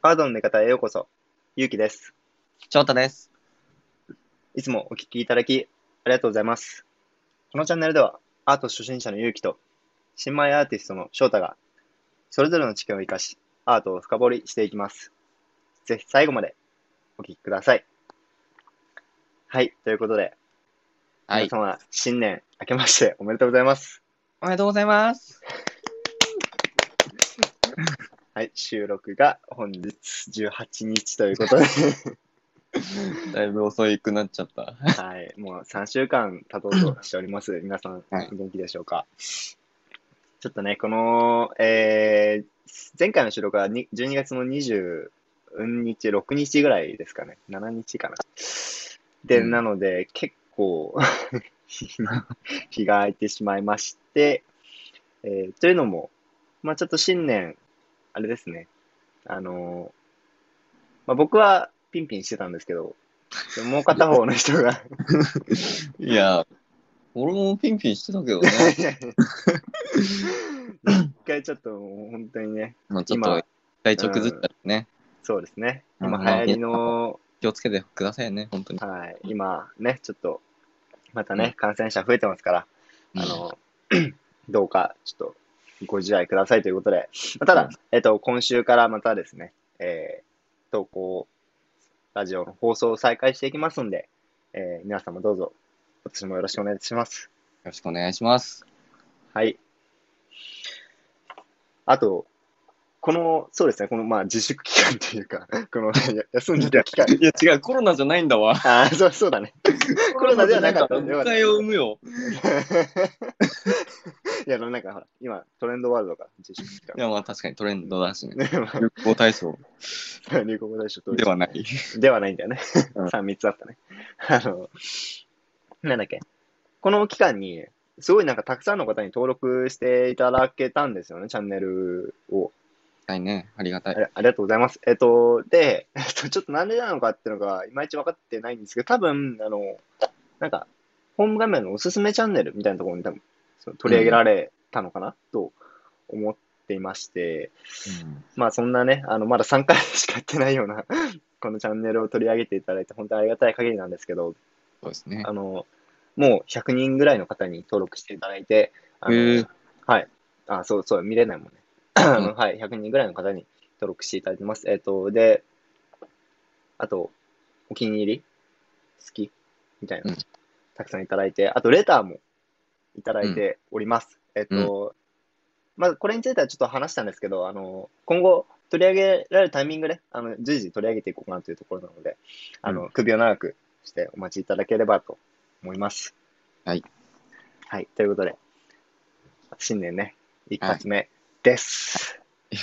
カードの寝方へようこそ。ゆうきです。 翔太です。 いつもお聞きいただきありがとうございます。このチャンネルではアート初心者のゆうきと新米アーティストの翔太がそれぞれの知見を生かしアートを深掘りしていきます。ぜひ最後までお聞きください。はい、ということではい。 皆様新年明けましておめでとうございます。 おめでとうございます。 はい、収録が本日18日ということでだいぶ遅くなっちゃった。 はい、もう3週間経とうとしております。皆さんはい。 元気でしょうか？ちょっとね、この、前回の収録は12月の20日、6日ぐらいですかね。7日かな。で、なうん。 ので、結構日が空いてしまいまして、というのも、まあちょっと新年、あれですね。あの僕はピンピンしてたんですけど、もう片方の人がいや、俺もピンピンしてたけどね。 一回ちょっともう本当にね、 まあちょっと、 今、 体調崩しうん、 たらね。 そうですね。今流まあ行り皆さんもの気をつけてくださいね、本当に。 はい。今ね、ちょっと、またね、 うん。 感染者増えてますから、 うん。 どうか、ちょっと、ご自愛くださいということで、ただ、 そうです。 今週からまたですね、投稿、ラジオの放送を再開していきますんで、皆様どうぞ、私もよろしくお願いします。 よろしくお願いします。 はい。あと、そうですね、まあ、自粛期間というか、休んでいや、 た期間、 いや違う、コロナじゃないんだわ。 そうだね。 ココロナでロナじゃないんだ。 はなかった。よかった。 誤解を生むよ。 いや、なんかほら、今、トレンドワードとか自粛期間。 いや、まあ確かにトレンドだしね。 ね、まあ、 流行体操流行語大賞当時ではない。 ではないんだよね。 うん。 3つあったね。あの、なんだっけ。この期間に、すごいなんかたくさんの方に登録していただけたんですよね、チャンネルを。 はいね。ありがたい。 ありがとうございます。で、ちょっとなんでなのかっていうのが、いまいち分かってないんですけど、多分、なんか、ホーム画面のおすすめチャンネルみたいなところに多分、取り上げうん。 られたのかなと思っていまして、 うん。 まあそんなね、まだ3回しかやってないようなこのチャンネルを取り上げていただいて、本当にありがたい限りなんですけど、 そうですね。 もう100人ぐらいの方に登録していただいて、 へえ。 はい。そうそう、見れないもんね。 うん。 はい、100人ぐらいの方に登録していただいてます。で、あと、お気に入り好きみたいな、 うん。 たくさんいただいて、あと、レターもいただうん。 いております。 うん。 まずこれについてはちょっと話したんですけど、今後取り上げられるタイミングで、随時取り上げていこうかなというところなので、 うん。 首を長くしてお待ちいただければと思います。 はい。 はい。ということで、新年ね、一はい。 発目です。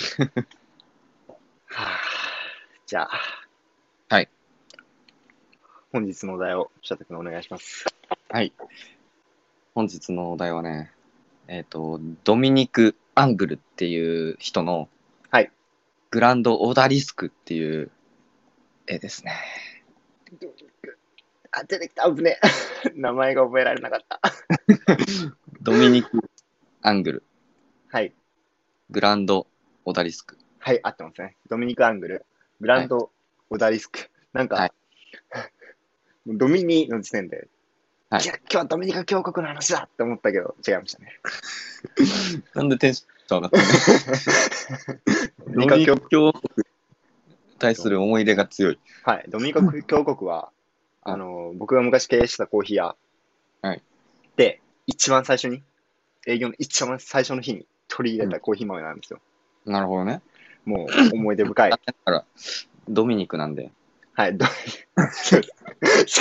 はあ、じゃあ、 はい。 本日のお題を、翔太君お願いします。 はい。本日のお題はね、ドミニク・アングルっていう人のはい。 グランド・オーダリスクっていう絵ですね。 出てきた、危ねえ。名前が覚えられなかった。 ドミニク・アングル、 はい。 グランド・オーダリスク。 はい、合ってますね。ドミニク・アングル、グラはい。 ンド・オダリスク。なんか、 はい。 ドミニの時点で、 はい。 いや、今日はドミニカ共和国の話だって思ったけど、違いましたね。 なんでテンション上がったの？ ドミニドミニクカ共教に対する思い入れが強い。 はい、ドミニカ共和国は、 うん。 僕が昔経営してたコーヒー屋はい。 で、一番最初に、営業の一番最初の日に取り入れうん。 たコーヒー豆なんですよ。 なるほどね。 もう思い出深い。 だからドミニクなんで。 はい、そうです。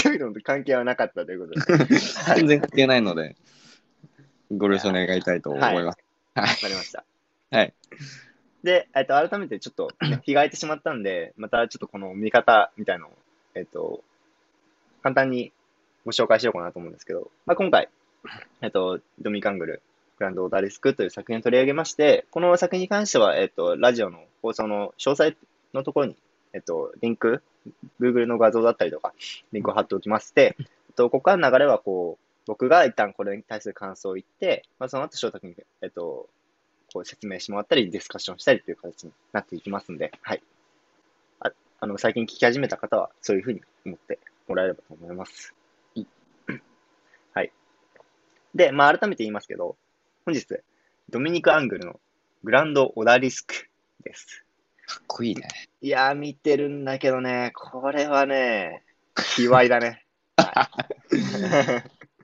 そういうのと関係はなかったということで。はい。 全然関係ないので、ご了承いや、 願いたいとはい、 思います。はい。 わかりました。 はい。 で、改めてちょっとね、日が空いてしまったんで、またちょっとこの見方みたいなのを、簡単にご紹介しようかなと思うんですけど、まあ、今回、ドミカングル、グランドオーダーリスクという作品を取り上げまして、この作品に関しては、ラジオの放送の詳細のところに、リンク、Google の画像だったりとか、リンクを貼っておきまして、ここからの流れは、僕が一旦これに対する感想を言って、まあ、その後、翔太君に、こう説明してもらったり、ディスカッションしたりという形になっていきますんで、はい。 最近聞き始めた方は、そういうふうに思ってもらえればと思います。はい。で、改めて言いますけど、本日、ドミニク・アングルのグランド・オダリスクです。 かっこいいね。 いやー、見てるんだけどね、これはね、卑猥だね。はい。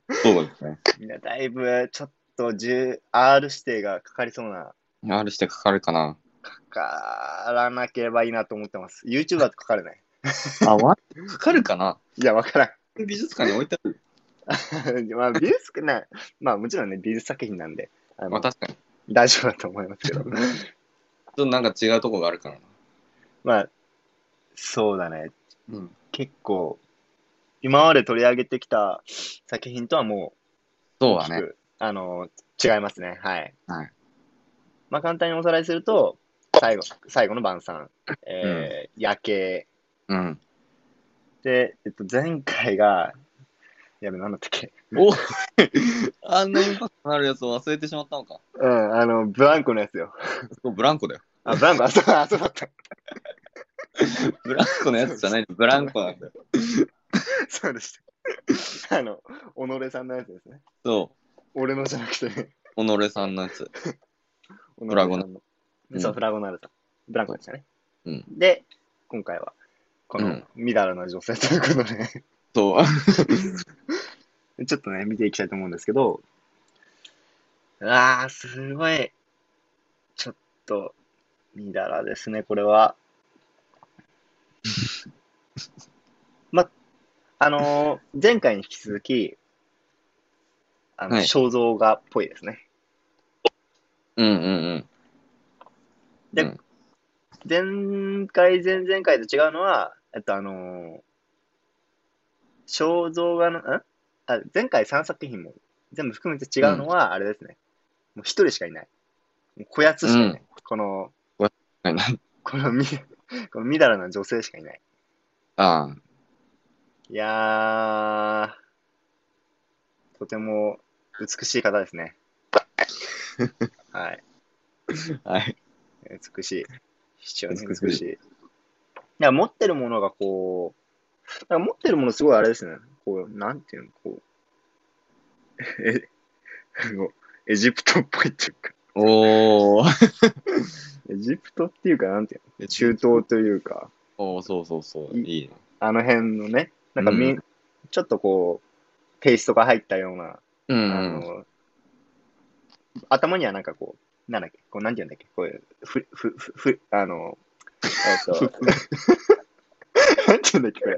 そうですね。 みんなだいぶ、ちょっとR 指定がかかりそうな、 R してかかるかな。 かからなければいいなと思ってます。YouTube だとかかるね。 かかるかな。 いや、わからん。 美術館に置いてある。 美術館ね、もちろんね、美術作品なんで、 確かに。 大丈夫だと思いますけど。 ちょっとなんか違うとこがあるからな。 まあ、そうだね。 うん。 結構、今まで取り上げてきた作品とはもうそうだね。 大きく、違いますね。はい。 はい。 簡単におさらいすると、最後の晩餐、夜景。 うん。 で、前回が、なんだったっけ。 おあんなインパクトのあるやつを忘れてしまったのか。 ブランコのやつよ。 そう、ブランコだよ。 ブランコ、そうだった。 ブランコのやつじゃない、ブランコなんだよ。 そうでした。己さんのやつですね。 そ俺のじゃなくてね。 う、己さんのやつ。 フラゴナそう、フラゴナルさん。ブランコでしたね。 うん。 で、今回は、この、みだらな女性ということで、 そう。 ちょっとね、見ていきたいと思うんですけど、すごい、ちょっと、みだらですね、これは。前回に引き続き、肖像画っぽいですね。 うんうんうん。 で、前回、前々回と違うのは、肖像画の、前回3作品も全部含めて違うのは、あれですね。もう一人しかいない。もうこやつしかいない。このみだらな女性しかいない。いやー、とても美しい方ですね。はい。 はい。 美しい。非常に美しい。持ってるものがこう、持ってるものすごいあれですね。こう、なんていうの、こう、エジプトっぽいっていうか。 おー。 エジプトっていうか、なんていうの、中東というか。 そうそうそう。いいね。 あの辺のね、ちょっとこう、テイストが入ったような、頭にはなんかこう、なんだっけ、こう、なんていうんだっけ、こういう、なんていうんだっけ、これ。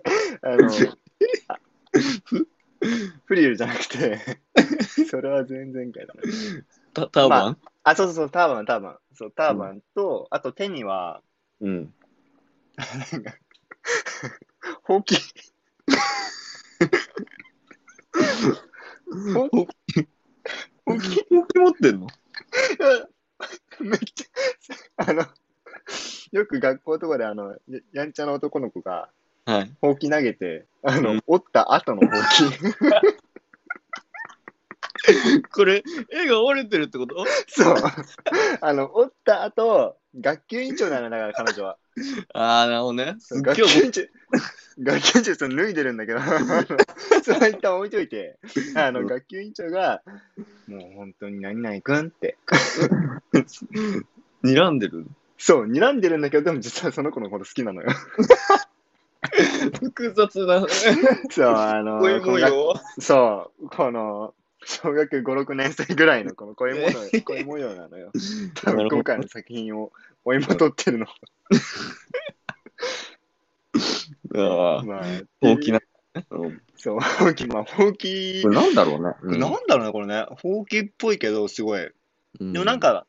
フリルじゃなくて、それは前々回だね。 ターバンそうそう、ターバン。そう、ターバンと、あと手には、ほうき。 ほうき持ってんのめっちゃ、よく学校とかでやんちゃな男の子が、ほうき投げて、折った後のほうき。 これ、絵が折れてるってこと？ そう。折った後、学級委員長なのだから彼女は。 なるほどね。 学級委員長それ脱いでるんだけど、それは一旦置いといて、学級委員長が、もう本当に何々くんって。 睨んでる？ そう、睨んでるんだけど、でも実はその子のこと好きなのよ。 複雑な。 そう、この、小学5、6年生ぐらいのこの恋模様なのよ。多分今回の作品を追いまとってるの。 ほうきな。 そう、ほうき。 これなんだろうね。 なんだろうね、これね。ほうきっぽいけど、すごい。でもなんか、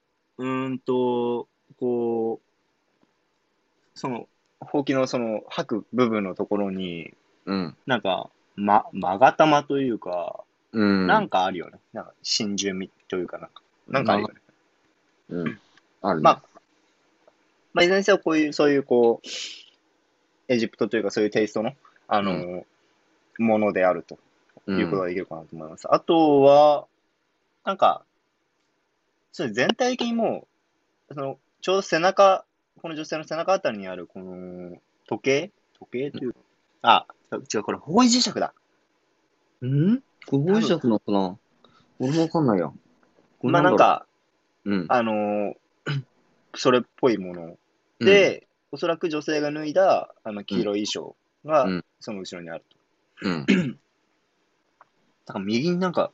こう、その、ほうきのその、吐く部分のところに、なんか、勾玉というか、なんかあるよね。なんか、真珠みというかなんかあるよね。 あるね。 いずれにせよ、そういう、こう、エジプトというか、そういうテイストの、ものであるということができるかなと思います。あとは、なんか、全体的にもう、ちょうどこの女性の背中あたりにある、この、 時計っていう。あ、違う、これ方位磁石だ。 これ、方位磁石なのかな？俺もわかんないや。これまあなんだろなんか、 う。うん。 それっぽいものうん。 で、おそらく女性が脱いだ黄うん。 色い衣装がうん。 その後ろにあると。 うん。 だから右になんか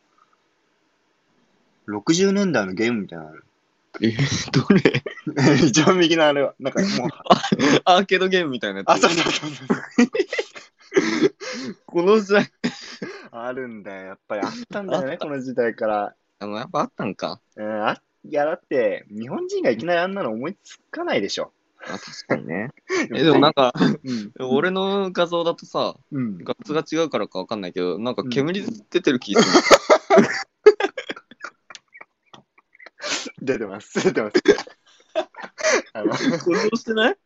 60年代のゲームみたいなのある。 どれ？ 一番右のあれは、なんかもう、 アーケードゲームみたいなやつ。 そうそうそうそう。 この時代、 あるんだよ。やっぱりあったんだよね、 あった。 この時代から。 やっぱあったんか。 いや、だって、日本人がいきなりあんなの思いつかないでしょ。 確かにね。でもなんか、 うん。 俺の画像だとさ、 うん。 画質が違うからかわかんないけど、なんかうん煙出てる気する。 出てます。出てます。 混同してない？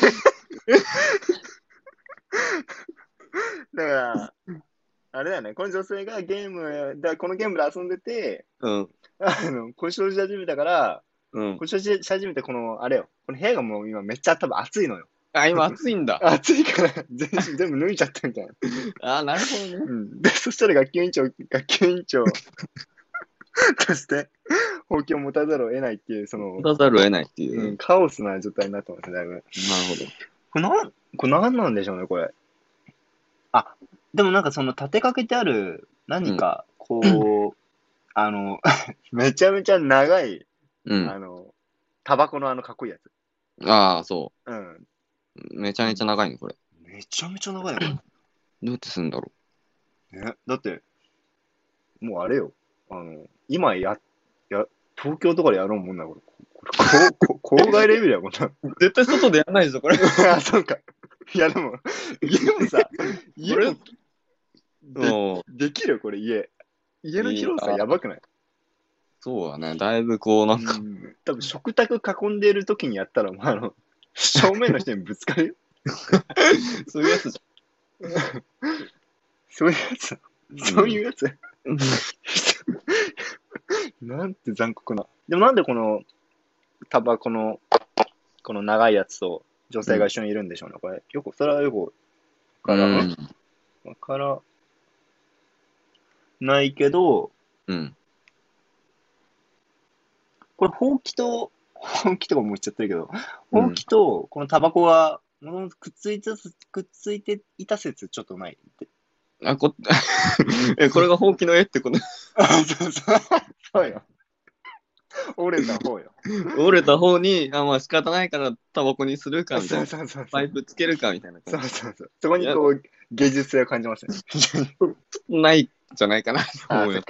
だから、あれだよね、この女性がこのゲームで遊んでて、 うん。 故障し始めたから、 うん。 故障し始めて、あれよ、この部屋がもう今めっちゃ多分暑いのよ。 今暑いんだ。 暑いから全部脱いじゃったみたいな。 なるほどね。 うん。で、そしたら学級委員長として、ほうきを持たざるを得ないっていう、 持たざるを得ないっていう。 カオスな状態になってますね、だいぶ。 なるほど。 これ何なんでしょうね、これ。あ、でもなんかその立てかけてある何か、めちゃめちゃ長い、 うん。 タバコのかっこいいやつ。 そうん。 う。めちゃめちゃ長いね、これ。 めちゃめちゃ長いね、これ。 どうやってするんだろね、だって、もうあれよ。今東京とかでやろうもんな、これ。郊外レベルやもんな。 う。絶対外でやらないでしょ、これ。 そうか。いや、でも、家もさ、家もできるこれ、家。家の広さやばくない？ そうだね。だいぶこう、なんか。 多分食卓囲んでる時にやったら、正面の人にぶつかるよ。 そういうやつじそういうやつ。そういうやつ。 ゃん。 なんて残酷な。でもなんでこのタバコのこの長いやつと女性が一緒にいるんでしょうね、これ。それはよくわからないけど、 うん。 これほうきとかも言っちゃってるけど、ほうきとこのタバコがくっついていた説ちょっとない？ これがほうきの絵ってこと？ そうそう。そうよ。折れた方よ。 折れた方に、まあ仕方ないからタバコにするかみたいな。 そう。 パイプつけるかみたいなそう感じ。 そうそう。そこに芸術性を感じますね。 ないんじゃないかなと思うよ。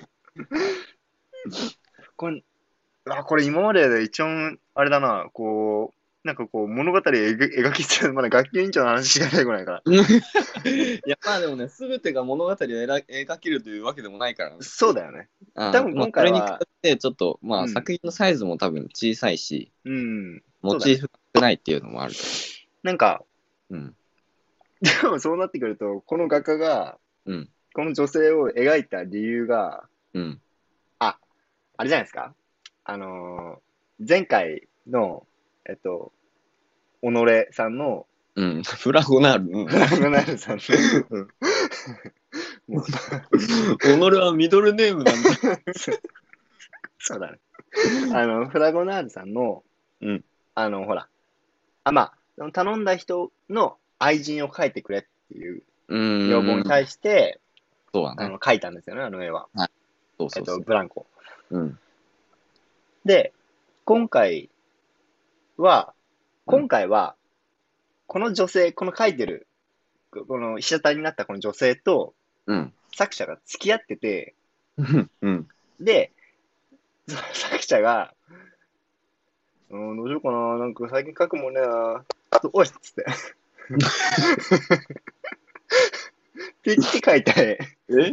これ今までで一番、あれだな、なんか物語描きつつ、まだ学級委員長の話しか出てこないから。 いや、まあでもね、すべてが物語を描けるというわけでもないからね。 そうだよね。多分今回は、 それに比べて、ちょっと、作品のサイズも多分小さいし、モチーフが少ないっていうのもある。 なんか、 うん。 でもそうなってくると、この画家が、この女性を描いた理由が、あれじゃないですか。前回の、己さんの、 フラゴナール。 フラゴナールさんの、 己はミドルネームなんだ。 そうだね。フラゴナールさんの、ほら、頼んだ人の愛人を描いてくれっていう要望に対して、 そうだね。 描いたんですよね、あの絵は。 はい。そう。 ブランコ。で、今回は、この女性、この描いてる、この被写体になったこの女性と、作者が付き合ってて、で、作者が、どうしようかな、なんか最近描くもんねおいっつって。って言って描いた絵。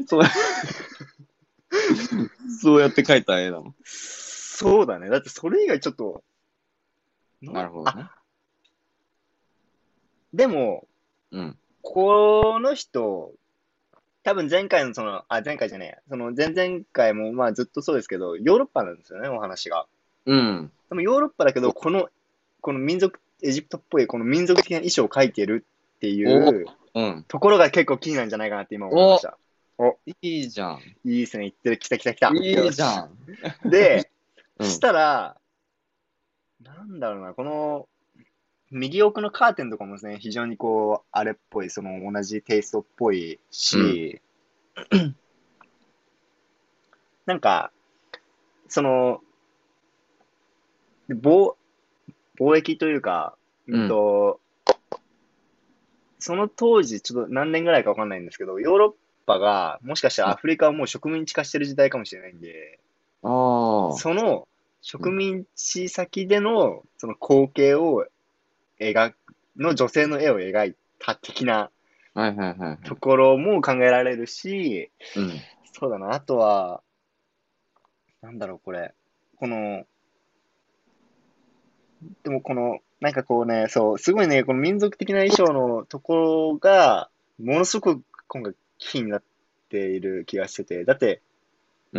そうやって描いた絵なの？ そうだね。だってそれ以外ちょっと。 なるほどね。 でも、この人、多分前回じゃねえや。前々回もずっとそうですけど、ヨーロッパなんですよね、お話が。でもヨーロッパだけど、このエジプトっぽいこの民族的な衣装を描いてるっっていううん。 ところが結構キーなんじゃないかなって今思いました。 いいじゃん。 いいですね。言ってる。来た来た来た。 いいじゃん。 ん。で、 うん。 したら、なんだろうな、この、右奥のカーテンとかもですね、非常にこう、あれっぽい、その同じテイストっぽいし、なんか、その、貿貿易というか、 うん。 その当時、ちょっと何年ぐらいかわかんないんですけど、ヨーロッパが、もしかしたらアフリカをもう植民地化してる時代かもしれないんで、 ああ。 その植うん。 民地先での、その光景を描く、の女性の絵を描いた的なはいはいはいはい。 ところも考えられるし、 うん。 そうだな、あとは、なんだろう、これ。この、でもこの、なんかこうね、そう、すごいね、この民族的な衣装のところが、ものすごく今回キーになっている気がしてて、だって、 うん。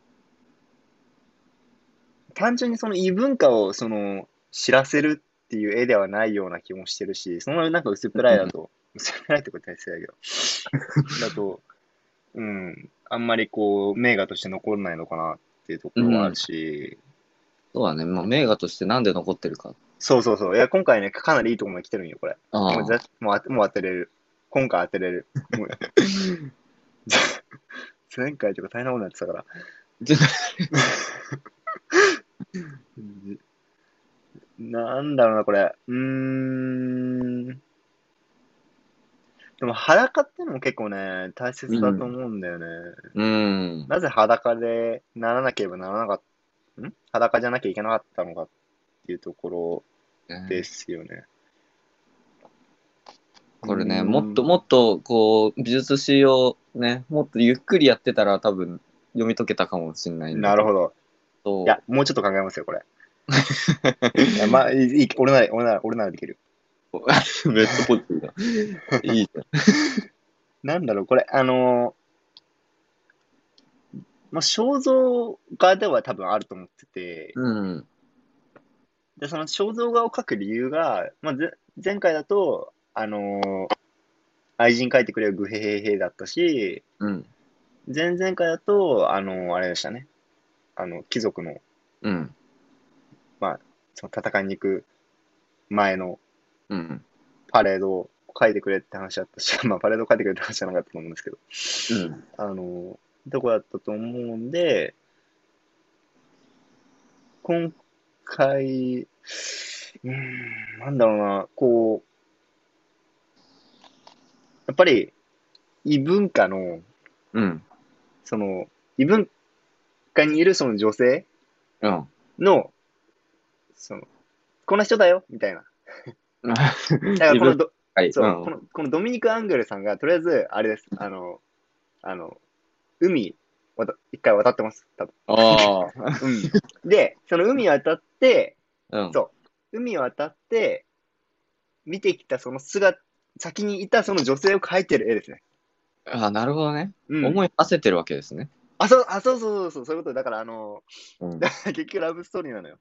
単純にその異文化を、知らせるっていう絵ではないような気もしてるし、そのなんか薄っぺらいだと、薄っぺらいってことは失礼だけど、だと、あんまりこう、名画として残らないのかなっていうところはあるうん。 し、 そうだね。まあ、名画としてなんで残ってるか。 そうそうそう。いや、今回ね、かなりいいところまで来てるんよ、これ。もうああ。 もう当てれる。今回当てれる。もう前回とか大変なことになってたから。 じゃなんだろうな、これ。でも裸ってのも結構ね、大切だとうん。 思うんだよね。 うん。 なぜ裸でならなければならなかった、裸じゃなきゃいけなかったのかっていうところでねすよね。うーこれね、もっとん、 もっと、こう、美術史をね、もっとゆっくりやってたら多分読み解けたかもしれないんだけど。 なるほど。いや、 そもうちょっと考えますよ、これ。いや、 う。 まあ、俺ならできる。 めっちゃポジティブだ。いいじゃん。 なんだろう、これ、まあ、肖像画では多分あると思ってて、 うん。 で、その肖像画を描く理由が、まあ、前回だと、愛人描いてくれるグヘヘヘだったし、 うん。 前々回だと、あれでしたね。貴族の、 うん。 まあ、その戦いに行く前のうん。 パレードを描いてくれって話だったし、まあ、パレードを描いてくれって話じゃなかったと思うんですけど、 うん。 どこだったと思うんで、今回、なんだろうな、こう、やっぱり異文化の、 うん。 その、異文化にいるその女性うん。 の、その、この人だよみたいな。だから自分、 このはい。 そう、 うん。 このドミニク・アングルさんが、とりあえず、あれです。あの、海、一回渡ってます。多分。 ああ。 うん。で、その海渡って、 うん。 そう、海渡って、見てきたその先にいたその女性を描いてる絵ですね。 ああ、なるほどね。 うん。 思い馳せてるわけですね。 そういうこと。だから、 うん。 だから結局ラブストーリーなのよ。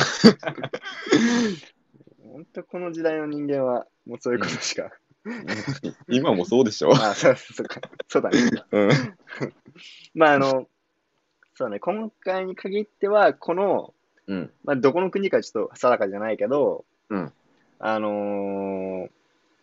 本当この時代の人間は、もうそういううん。 ことしか。 今もそうでしょ。 あ、そうか。そうだね。 うん。 まあ、そうね、今回に限っては、この、 うん。 まあ、どこの国かちょっと定かじゃないけど、 うん。 あのー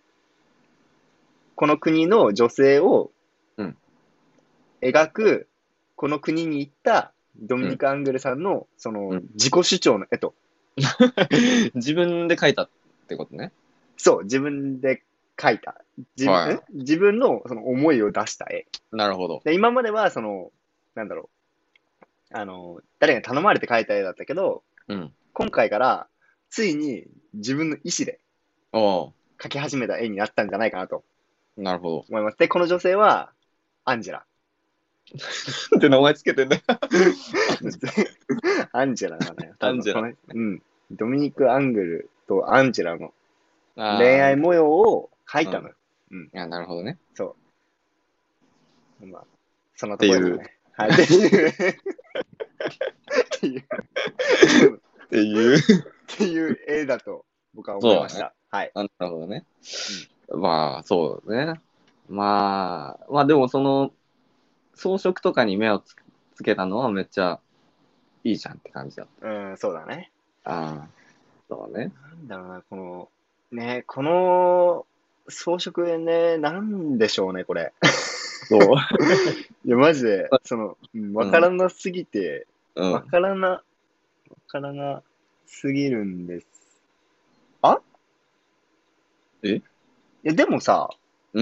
この国の女性をうん。 描く、この国に行ったドミうん。 ニク・アングルさんの、 うん。 自己主張の絵と、 自分で書いたってことね。 そう、自分で描いた。 は自分のその思いを出した絵。 い。なるほど。 で、今までは、なんだろ誰が頼まれて描いた絵だったけど、 うん。 今回からついに自分の意思でああ、 描き始めた絵になったんじゃないかなとなるほど。 思います。で、この女性は、アンジェラ。 って名前つけてんだよ。 アンジェラなのよ。多分、 アンジェラ。 ドミニク・アングルとアンジェラの恋ああ、 愛模様を描いうん。 たのよ。うん、 なるほどね。 そう。まあ、そんなっていう、 ところですかね。はい。 っていう。 っていう絵だと僕は思いそうだね。 ました。はい。 なるほどね。 まあ、そうね。まあでもその、装飾とかに目をつけたのはめっちゃいいじゃんって感じだっうん、そうだね。 た。ああ、そうね。 なんだろうな、この装飾ね、なんでしょうね、これ。 そう。 いや、マジで、わかうん、 らなすぎて、わうん。 からな、わからなすぎるんです。あえいや、でもさ、 うん。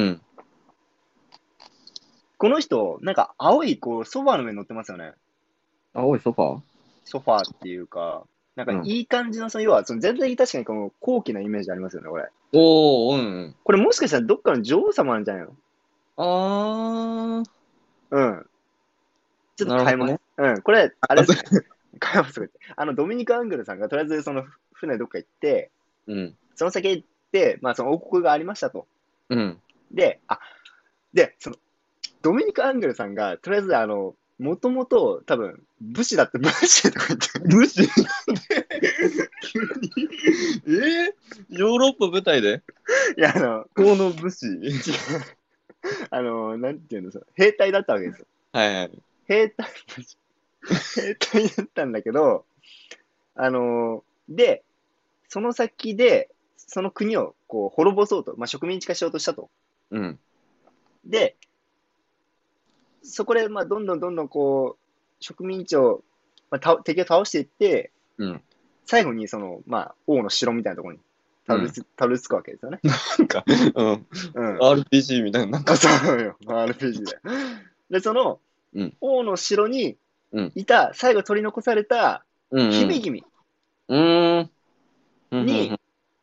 この人、なんか青い、ソファーの上に乗ってますよね。 青いソファーソファーっていうか、なんかいうん。 い感じの、要は、全体的に確かにこの高貴なイメージありますよね、これ。 おー、うん。 これもしかしたらどっかの女王様なんじゃないの？ あうん。ちょー、 っと変えます。 なるほどね。 うん。これ、あれあ、そうですね。変えますとか言って。ドミニク・アングルさんがとりあえずその船どっか行って、 うん。 その先行って、まあその王国がありましたと。 うん。 で、ドミニク・アングルさんが、とりあえずもともと多分、武士だって、武士とか言って、 武士ヨーロッパ舞台でいや、 この武士なんていうの、兵隊だったわけですよ。 はいはい。 兵隊、兵隊だったんだけど、で、その先で、その国を滅ぼそうと、まあ、植民地化しようとしたと。 うん。 で、そこで、まあ、どんどんどんどん植民地を、まあ、敵を倒していって、 うん。 最後にまあ、王の城みたいなところにうん。 たどり着くわけですよね。 なんか、うん。 うん。 RPG みたいな、なんか、 そうよ。RPG で。で、 うん。 王の城にうん。 いた、最後取り残された、 うん。 姫君うん。うーん。うん。うに、 ん。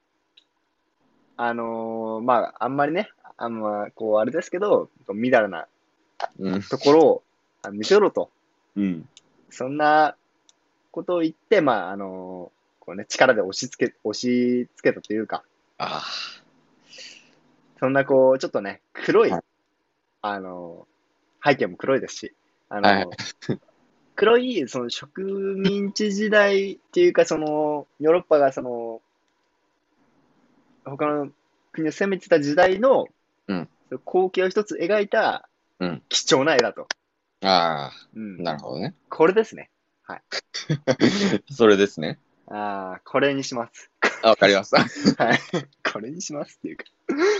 まあ、あんまりね、あれですけど、みだらなうん。 ところを見せろと。 うん。 そんなことを言って、まあ、力で押し付けたというか、 あそんなちょっとね、黒あ。 い、 はい。 あの背景も黒いですし、あはい。 の黒い、植民地時代っていうか、ヨーロッパが他の国を攻めてた時代のうん。 光景を一つ描いたうん。 貴重な絵だと。 ああ。 うん。 なるほどね。 これですね。はい。 それですね。 これにします。 あ、わかりました。 はい。これにしますっていうか。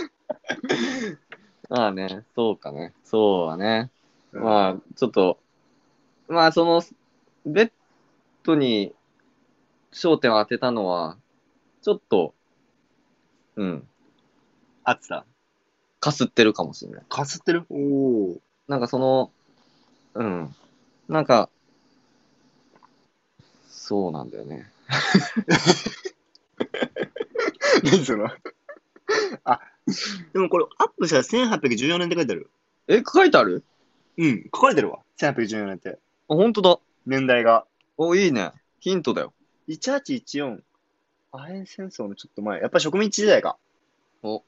まあね、そうかね。そうはね。 うん。 まあ、ちょっと、まあ、ベッドに焦点を当てたのは、ちょっと、うん、 あってた。 かすってるかもしれない。 かすってる。おお。 なんかその、うん、なんか、そうなんだよね。 何その。あ、でもこれアップしたら1814年って書いてある。 書いてあるうん。書かれてるわ。1814年って。 あ、ほんとだ。 年代が。 お、いいね。ヒントだよ。 1814。アヘン戦争のちょっと前。やっぱ植民地時代か。 お、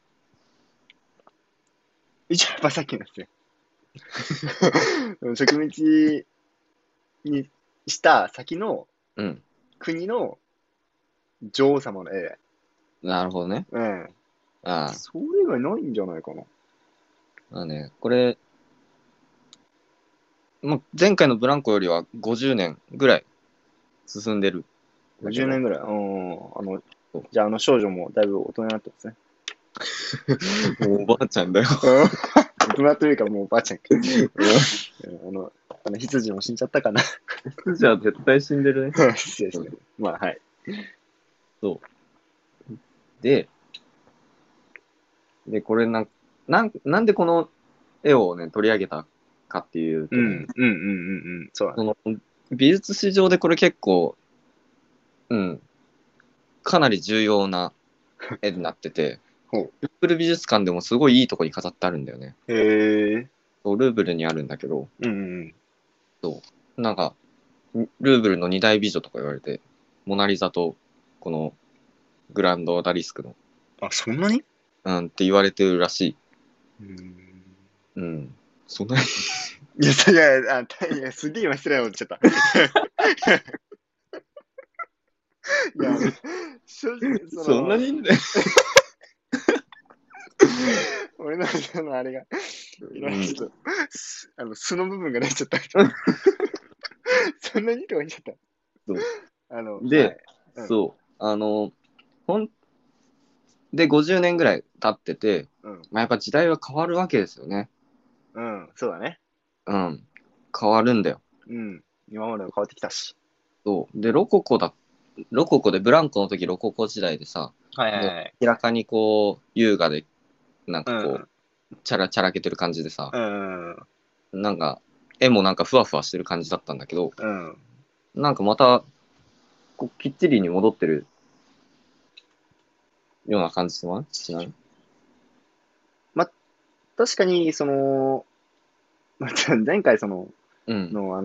一応やっぱさっきのですね。植民地にした先のうん。 国の女王様の絵。 なるほどね。 うん。 あそれ以外ないんじゃないかな。 あ、まあね、これ、まあ、前回のブランコよりは50年ぐらい進んでる。だけ 50 ど、 年ぐらい。じゃあ少女もだいぶ大人になってますね。 もうおばあちゃんだよ。 大人というかもうおばあちゃんか。羊も死んじゃったかな。 じゃあ絶対死んでるね。 失礼ですね。まあ、はい。 そう。で、これなんでこの絵をね、取り上げたかっていうとね、 そうだね。 その美術史上でこれ結構、うん、かなり重要な絵になってて、 ほルーブル美術館でもすごいいいとこに飾ってあるんだよね。 う。へえ。 そうルーブルにあるんだけど、 うんうんうん。 なんか、ルーブルの二大美女とか言われて、モナリザとこのグランドオダリスクの、 あ、そんなに？ って言われてるらしい。 うん。 うん。そんなにいや、いや、すげえ今失礼なこと言っちゃった。いや、正直、 そんなにいいんだよ。 俺のそのあれが、いろいろちょっと、素の部分が出ちゃった。そんなにとか言っちゃった。 で、 はいうんそう、ほんで、50年ぐらい経ってて、 うん、 まあ、やっぱ時代は変わるわけですよね。 うん、そうだね。 うん。変わるんだよ。 うん。今までも変わってきたし。 そう。で、ロココで、ブランコの時ロココ時代でさ、もうはいはいはい。 明らかにこう、優雅で、なんかこうん、 う、チャラけてる感じでさ、 うん、 なんか、絵もなんかふわふわしてる感じだったんだけど、 うん。 なんかまた、こうきっちりに戻ってるような感じしない？ ま、確かに、前回うん。 の、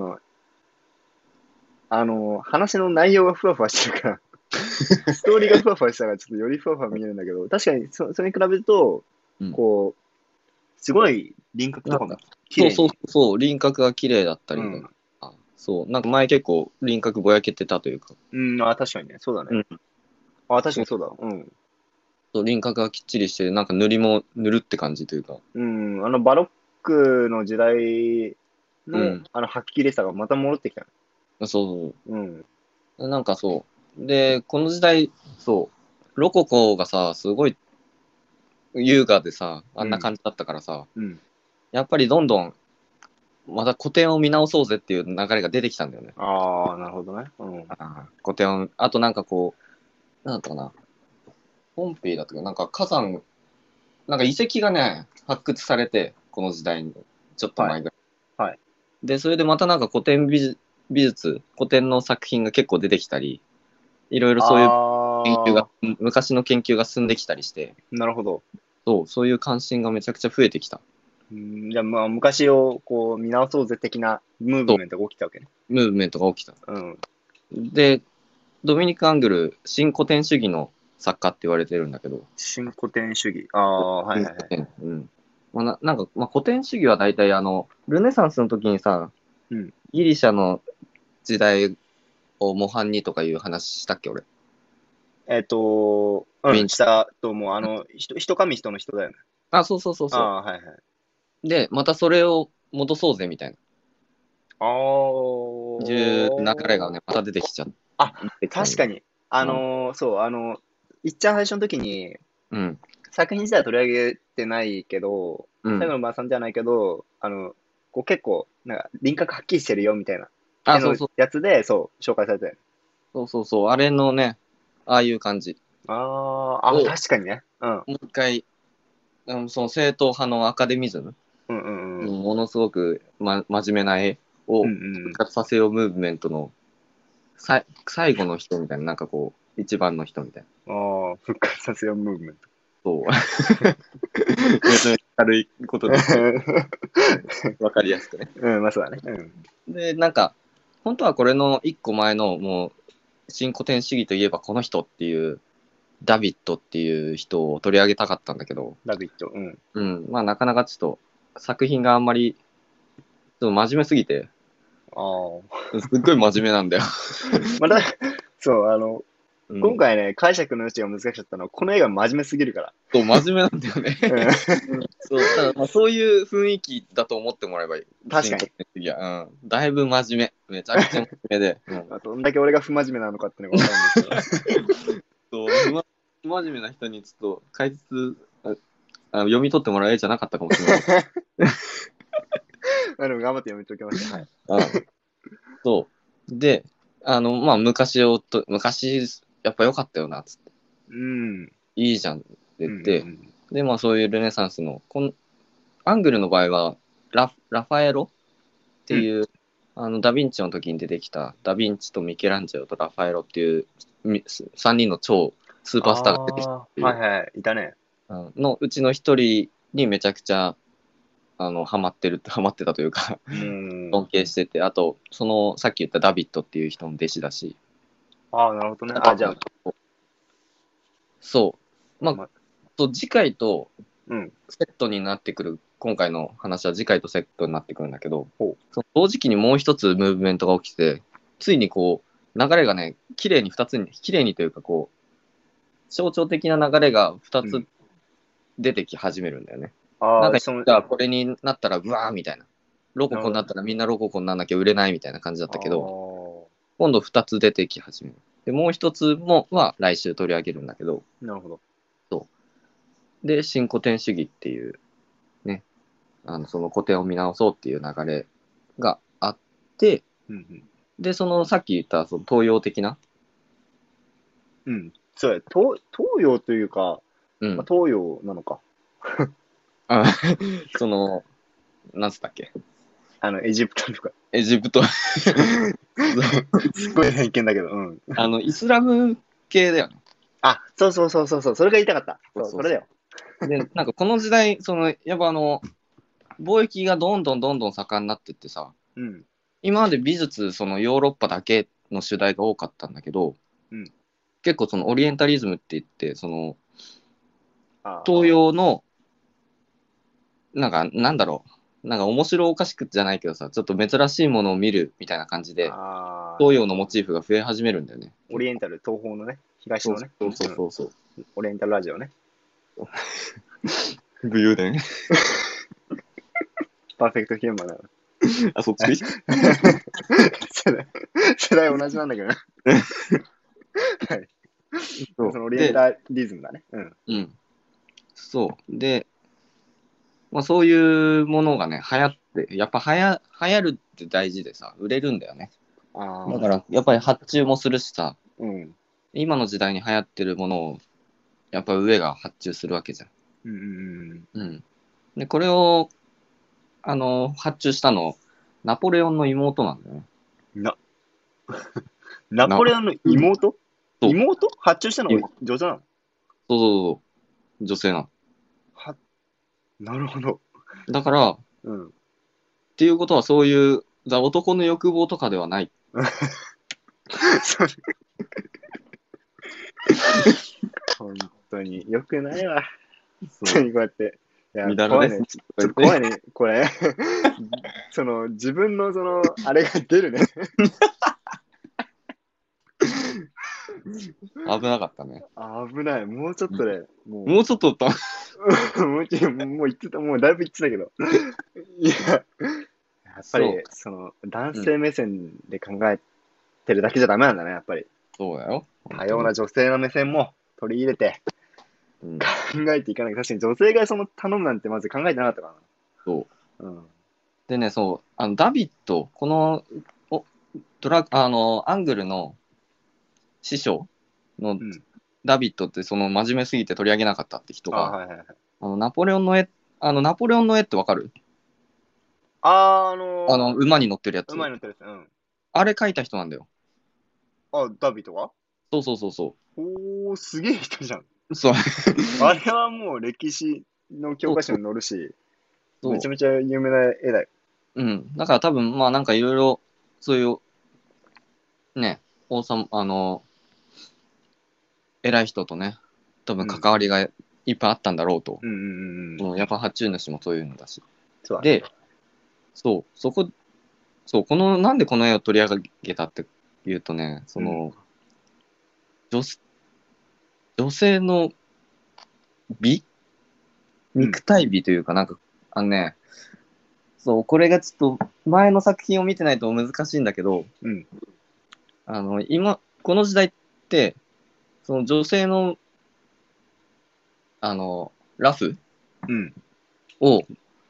話の内容がふわふわしてるから、ストーリーがふわふわしたから、ちょっとよりふわふわ見えるんだけど、確かにそれに比べると、 うん。 こう、すごい輪郭とかもなんか、そうそう綺麗に。 そう、輪郭が綺麗だったりだとうん。 か、そう、なんか前結構輪郭ぼやけてたというか、 うん、確かにね。そうだね。 うん。 確かそうにそうだ。うん。 そう、輪郭がきっちりして、なんか塗りも塗るって感じというか、 うん、バロックの時代の、 うん。 はっきりさがまた戻ってきたね。 そうん。 う、なんかそう。で、この時代、そう、ロココがさ、すごい優雅でさ、あうん。 んな感じだったからさ、 うん。 やっぱりどんどん、また古典を見直そうぜっていう流れが出てきたんだよね。 ああ、なるほどね。うん。 古典を、あとなんかこう、なんだったかな、ポンペイだったかな、なんか火山、なんか遺跡がね、発掘されて、この時代に、ちょっとはい。 前ぐらい。 はい。 で、それでまたなんか美術、古典の作品が結構出てきたり、いろいろそういう研究が、 ああ、 昔の研究が進んできたりして、 なるほど。 そういう関心がめちゃくちゃ増えてきた。 うん、じゃあ、まあ、昔をこう見直そうぜ的なムーブそう、 メントが起きたわけね。 ムーブメントが起きた。 うん。 で、ドミニク・アングル、新古典主義の作家って言われてるんだけど、 新古典主義。ああ、はいはいはい。 うん。まあ、なんか、まあ、古典主義は大体ルネサンスの時にさ、 うん。 ギリシャの時代を模範にとかいう話したっけ、俺。 うん、 ヴィンチ。 したと思う。人神人の人だよね。 あ、そうそうそうそああ、はいはい。 う。で、またそれを戻そうぜみたいな。 あいう流れがーね、またあ、 出てきたんだ。 確かに。そう、いっちゃん最初の時に、 うん。 作品自体は取り上げてないけど、 うん。 最後の晩餐じゃないけど、こう結構、なんか輪郭はっきりしてるよみたいな絵あ、そのうそう。 やつで、そう、紹介されてる。 そうそうそう。あれのね、ああいう感じを、 確かにね。うん。 もう一回、その正統派のアカデミズム、 うんうんうん。 ものすごく、真面目な絵うんをうん復活させようムーブメントの最後の人みたいな、なんかこう、一番の人みたいな。 うん。復活させようムーブメンそう。めちゃめちゃ軽いことですけど、わかりやすくね。 ト。うん、まあそうだね。うん。 で、なんか、本当はこれの一個前の、もう、新古典主義といえばこの人っていう、ダビットっていう人を取り上げたかったんだけど、 ラビット。うん。 うん、まあなかなかちょっと、作品があんまり、ちょっと真面目すぎて、 ああ。 すっごい真面目なんだよ。 また、そう、 うん。 今回ね、解釈の余地が難しかったのは、この映画真面目すぎるかそう、真面目なんだよね。 ら。 そう、ただまあそういう雰囲気だと思ってもらえばいい。 確かに。 新古典主義は。うん。だいぶ真面目。めちゃくちゃ真面目で。うん。 どんだけ俺が不真面目なのかっていうのがわかるんですけど。 そう、不真面目な人にちょっと解説、読み取ってもらえじゃなかったかもしれない。 まあでも頑張って読み解きました。はい。 うん。そう。で、まあ昔、やっぱ良かったよな、つって。 うん。 いいじゃんってうんう言って、 んで、まあそういうルネサンスの、アングルの場合は、ラファエロってうん。 いう、ダヴィンチの時に出てきた、ダヴィンチとミケランジェロとラファエロっていう3人の超スーあパースターが出てきたあ、 っていう、 はいはい。いたね。 のうちの一人にめちゃくちゃ、ハマってたというか、 うん。 尊敬してて、あと、さっき言ったダビットっていう人の弟子だし、 なるほどね。じゃあ、 そう。まあ、 ま、 次回とうん。 セットになってくる、今回の話は次回とセットになってくるんだけど、 ほその同時期にもう一つムーブメントが起きて、ついにこう、流れがね、綺麗にというかこう、象徴的な流れが2 う。うつん。 出てき始めるんだよね。 ああ、 なんか、じゃあこれになったら、うわーみたいな。ロココになったらみんなロココになんなきゃ売れないみたいな感じだったけど、今度2つ出てき始める。で、もう1つは来週取り上げるんだけど、 なるほど。 そう。で、新古典主義っていう、ね、その古典を見直そうっていう流れがあって、で、さっき言ったその東洋的な、 そうや、東洋というか、 東洋なのか。 なんつったっけ、 エジプトとか。 エジプトすっごい偏見だけど、 イスラム系だよね。 あ、そう、それが言いたかった。そう、それだよ。 で、なんかこの時代、やっぱ貿易がどんどん盛んになってってさ、今まで美術、ヨーロッパだけの主題が多かったんだけど、結構オリエンタリズムって言って、東洋の、なんか面白おかしくじゃないけどさ、ちょっと珍しいものを見るみたいな感じで、東洋のモチーフが増え始めるんだよね。 オリエンタル、東方のね、東のね。 そう。 オリエンタルラジオね。 武勇伝パーフェクトヒューマンだ。 あ、そっち世代同じなんだけどね。はい。そのオリエンタリズムだね。 そう。で、そういうものがね、流行って、やっぱ流行るって大事でさ、売れるんだよね。だから、やっぱり発注もするしさ、今の時代に流行ってるものを、やっぱ上が発注するわけじゃん。で、これを、発注したの、ナポレオンの妹なんだよね。 ナポレオンの妹？妹？発注したのが女性なの？ そう、女性なの。 なるほど。 だから、っていうことはそういう、男の欲望とかではない。 本当によくないわ。本当にこうやって。いや、 怖いね。 ちょっと怖いね、これ。自分のあれが出るね。 危なかったね。 危ない。もうちょっとで。 もうちょっとだった。 もう言ってた、もうだいぶ言ってたけど。いや、やっぱり、男性目線で考えてるだけじゃダメなんだね、やっぱり。 そうだよ。 多様な女性の目線も取り入れて、考えていかない。確かに女性が頼むなんてまず考えてなかったからな。 そう。でね、ダビッド、この、アングルの師匠のダビッドって真面目すぎて取り上げなかったって人が、ナポレオンの絵ってわかる？馬に乗ってるやつ。 馬に乗ってるやつ。 あれ描いた人なんだよ。 ダビッドが？ そう。 おー、すげえ人じゃん。 そう。 あれはもう歴史の教科書に載るし、めちゃめちゃ有名な絵だよ。 だから多分、なんかいろいろ、そういう、ね、偉い人とね、多分関わりがいっぱいあったんだろうと。やっぱ発注主もそういうのだし。で、こなんでこの絵を取り上げたっていうとね、女性の美、肉体美というか、なんか、これがちょっと前の作品を見てないと難しいんだけど、今、この時代って、女性の、ラフ、を、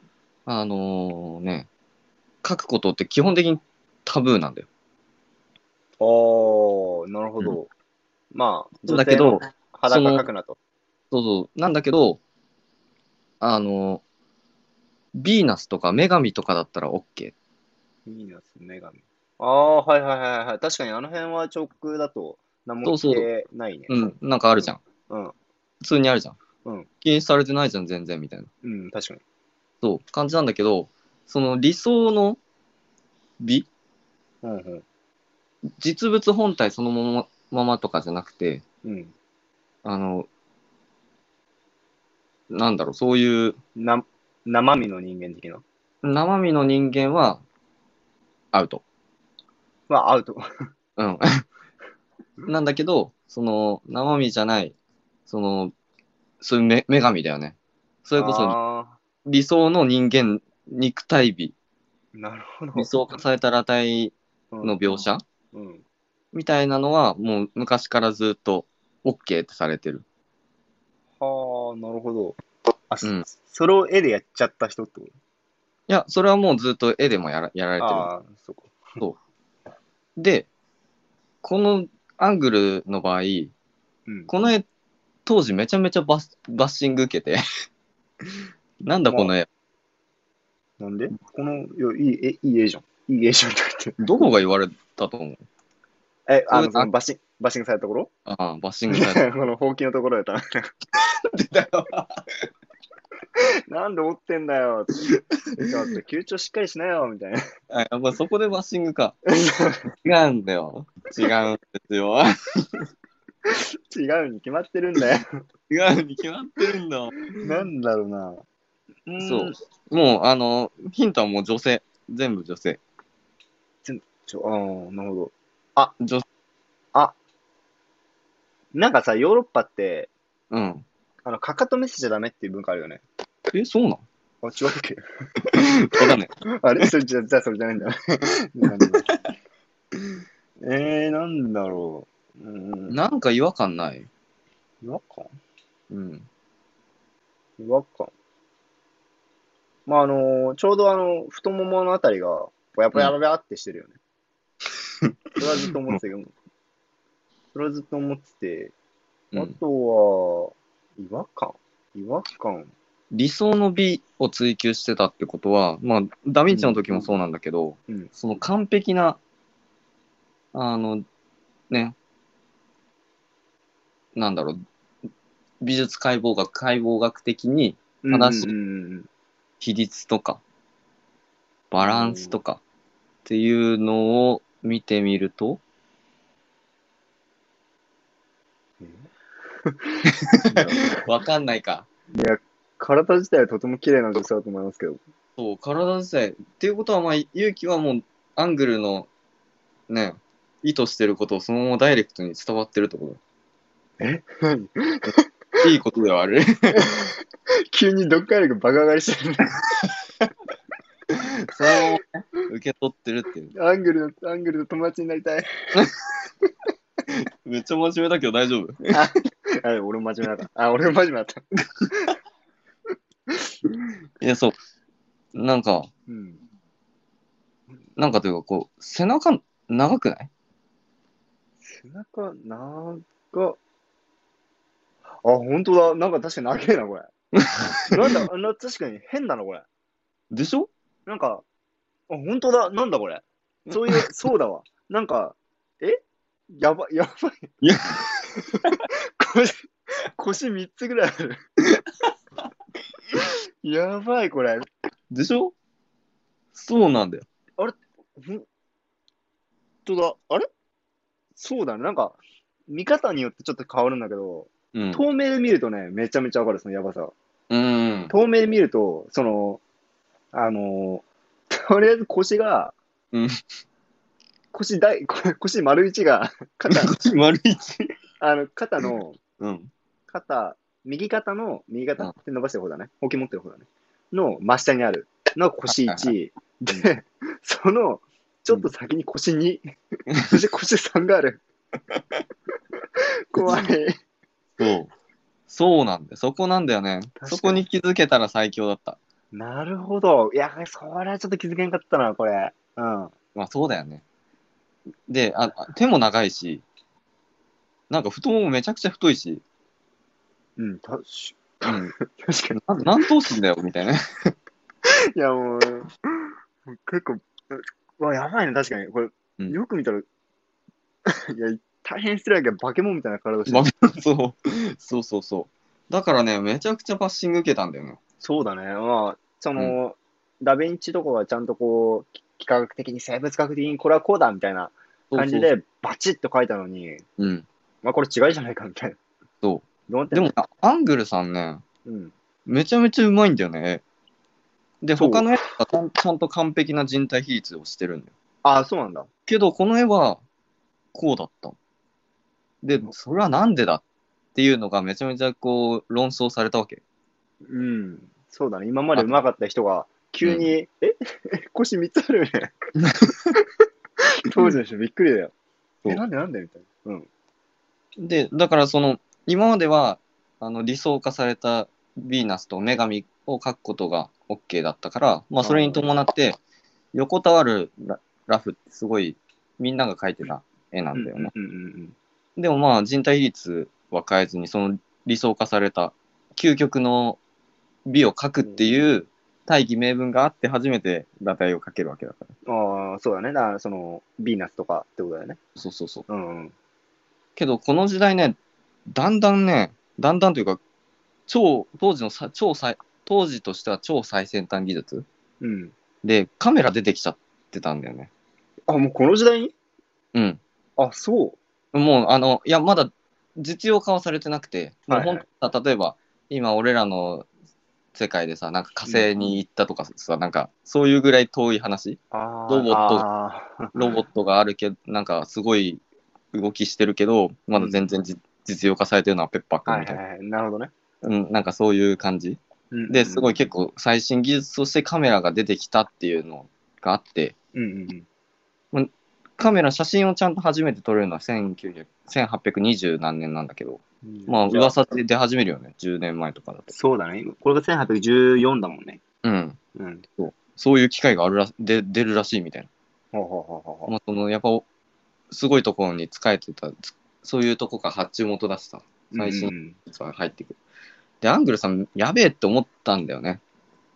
書くことって基本的にタブーなんだよ。 なるほど。まあ、 だけど、 裸描くなと。 なんだけど、ヴィーナスとか女神とかだったら OK。 ヴィーナス、女神。はい。確かにあの辺は直だと何も聞けないね。 なんかあるじゃん。普通にあるじゃん。禁止されてないじゃん、全然みたいな。 確かに。 そう、感じなんだけど、理想の美、実物本体そのままとかじゃなくて、なんだろう、そういう。 生身の人間的な？ 生身の人間は、アウト。 アウト。 なんだけど、生身じゃない、そういう女神だよね。 それこそ理想の人間肉体美、 なるほど。 理想化された裸体の描写、みたいなのはもう昔からずっと OK ってされてる。 はあ、なるほど。それを絵でやっちゃった人ってこと？いや、それはもうずっと絵でもやられてる。ああ、そうか。 そう。で、このアングルの場合、この絵、当時めちゃめちゃバッシング受けてなんだこの絵。 なんでこの、いい絵じゃん。いい絵じゃんって言って。 どこが言われたと思う？ そのバッシングされたところ？ バッシングされた。 このほうきのところやったら。なんで折ってんだよ。ちょっと、吸収しっかりしなよ、みたいな。 やっぱそこでバッシングか。違うんだよ。違うんですよ。 違うに決まってるんだよ。 違うに決まってるんだ。 なんだろうな。 そう。もう、ヒントはもう女性。全部女性。 なるほど。なんかさ、ヨーロッパって、かかと見せちゃダメっていう文化あるよね。 そうなん？ 違うっけ？ わかんない。 あれじゃあそれじゃないんだ。なんだろう。 なんか違和感ない？ 違和感？ 違和感。まあ、ちょうど太もものあたりが、ぼやぼやぼやってしてるよね。それはずっと思ってたけど、あとは、違和感。理想の美を追求してたってことは、まあ、ダヴィンチの時もそうなんだけど、その完璧な、なんだろう、美術解剖学的に正しい比率とか、バランスとかっていうのを見てみると、わかんないか。 いや、体自体はとても綺麗な女性だと思いますけど。 そう、体自体。っていうことは、まあ、勇気はもう、アングルの、ね、意図してることをそのままダイレクトに伝わってるってこと。 何いいことではある。 急に読解力バカ上がりしてるね。 そのまま受け取ってるっていう。 アングルの友達になりたい。 めっちゃ真面目だけど大丈夫？ 俺も真面目だった。俺も真面目だった。 いや、そう。なんかというか、こう、背中長くない？ 背中長。本当だ。なんか確かに長えな、これ。なんだ、確かに変だな、これ。 でしょ？ なんか、本当だ。なんだ、これ。そうだわ。なんか、やばい。 いや腰3つぐらいある。やばい、これ。 でしょ？そうなんだよ。 あれ本当だ。あれそうだね。なんか、見方によってちょっと変わるんだけど、透明で見るとね、めちゃめちゃわかる、そのやばさ。透明で見ると、とりあえず腰が、腰丸一が、 腰丸一肩の、右肩って伸ばしてる方だね。ほうき持ってる方だね。の真下にあるの腰1。で、その、ちょっと先に腰2。そして腰3がある。怖い。 そうなんだよ。そこなんだよね。そこに気づけたら最強だった。 なるほど。いや、それはちょっと気づけんかったな、これ。 まあそうだよね。で、手も長いし、なんか太ももめちゃくちゃ太いし。 確かに。 何頭身だよ、みたいな。いや、もう、結構、やばいね、確かに。これ、よく見たら、いや、大変失礼だけど、化け物みたいな体してる。 そう。だからね、めちゃくちゃバッシング受けたんだよね。 そうだね。まあ、ダヴィンチとかがちゃんとこう、幾何学的に生物学的にこれはこうだみたいな感じでバチッと書いたのに、まあこれ違いじゃないかみたいな。 でも、アングルさんね、めちゃめちゃうまいんだよね。で、他の絵はちゃんと完璧な人体比率をしてるんだよ。 そうなんだ。 けど、この絵は、こうだった。で、それはなんでだっていうのがめちゃめちゃこう論争されたわけ。 うん。そうだね。今まで上手かった人が、急に、腰3つあるよね。当時の人びっくりだよ。なんでみたいな。うん。 で、だから今までは、理想化されたヴィーナスと女神を描くことが OK だったから、まあ、それに伴って、横たわるラフってすごい、みんなが描いてた絵なんだよね。でもまあ、人体比率は変えずに、その理想化された究極の美を描くっていう大義名分があって初めて裸体を描けるわけだから。 ああ、そうだね。だから、ヴィーナスとかってことだよね。 そうそうそう。 うんうん。 けど、この時代ね、だんだんというか、当時の当時としては超最先端技術うん。 で、カメラ出てきちゃってたんだよね。 あ、もうこの時代に。 うん。 あ、そう。 もう、いや、まだ実用化はされてなくて、もう本当は、例えば、今、俺らの世界でさ、なんか火星に行ったとかさ、なんか、そういうぐらい遠い話。ロボットがあるけど、なんか、すごい動きしてるけど、まだ全然実用化されてるのはペッパーくんみたいな。 なるほどね。 うん、なんかそういう感じ。ですごい結構最新技術としてカメラが出てきたっていうのがあって、カメラ、写真をちゃんと初めて撮れるのは1820何年なんだけど、まあ噂で出始めるよね、10年前とかだと。 そうだね。これが1814だもんね。 うん。そういう機会が出るらしいみたいな。まあ、やっぱすごいところに使えてた、そういうとこが発注元だしさ、最新技術が入ってくる。で、アングルさん、やべえって思ったんだよね。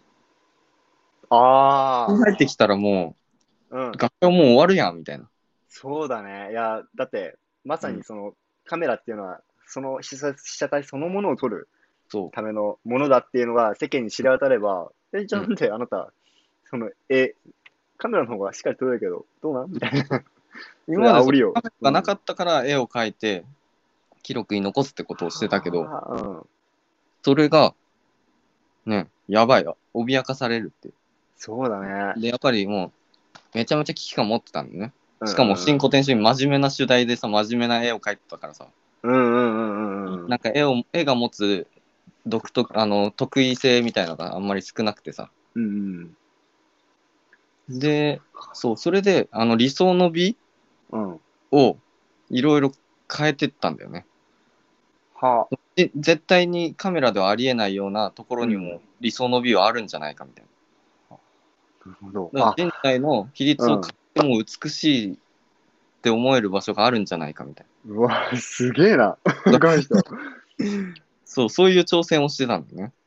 入ってきたらもう、学校もう終わるやん、みたいな。 そうだね。いや、だって、まさにカメラっていうのは、その被写体そのものを撮るためのものだっていうのが世間に知れ渡れば、じゃあなんであなた、カメラの方がしっかり撮れるけど、どうなんみたいな。 今までカメラがなかったから絵を描いて、記録に残すってことをしてたけど、それが、ね、やばいわ。脅かされるって。 そうだね。 で、やっぱりもう、めちゃめちゃ危機感持ってたんだね。しかも、新古典主義真面目な主題でさ、真面目な絵を描いてたからさ。なんか絵が持つ得意性みたいなのがあんまり少なくてさ。で、そう、それで、理想の美をいろいろ変えてったんだよね。絶対にカメラではありえないようなところにも理想の美はあるんじゃないかみたいな。 なるほど。 人体の比率を変えても美しいって思える場所があるんじゃないかみたいな。うわ、すげえな。若い人。 そういう挑戦をしてたんだよね。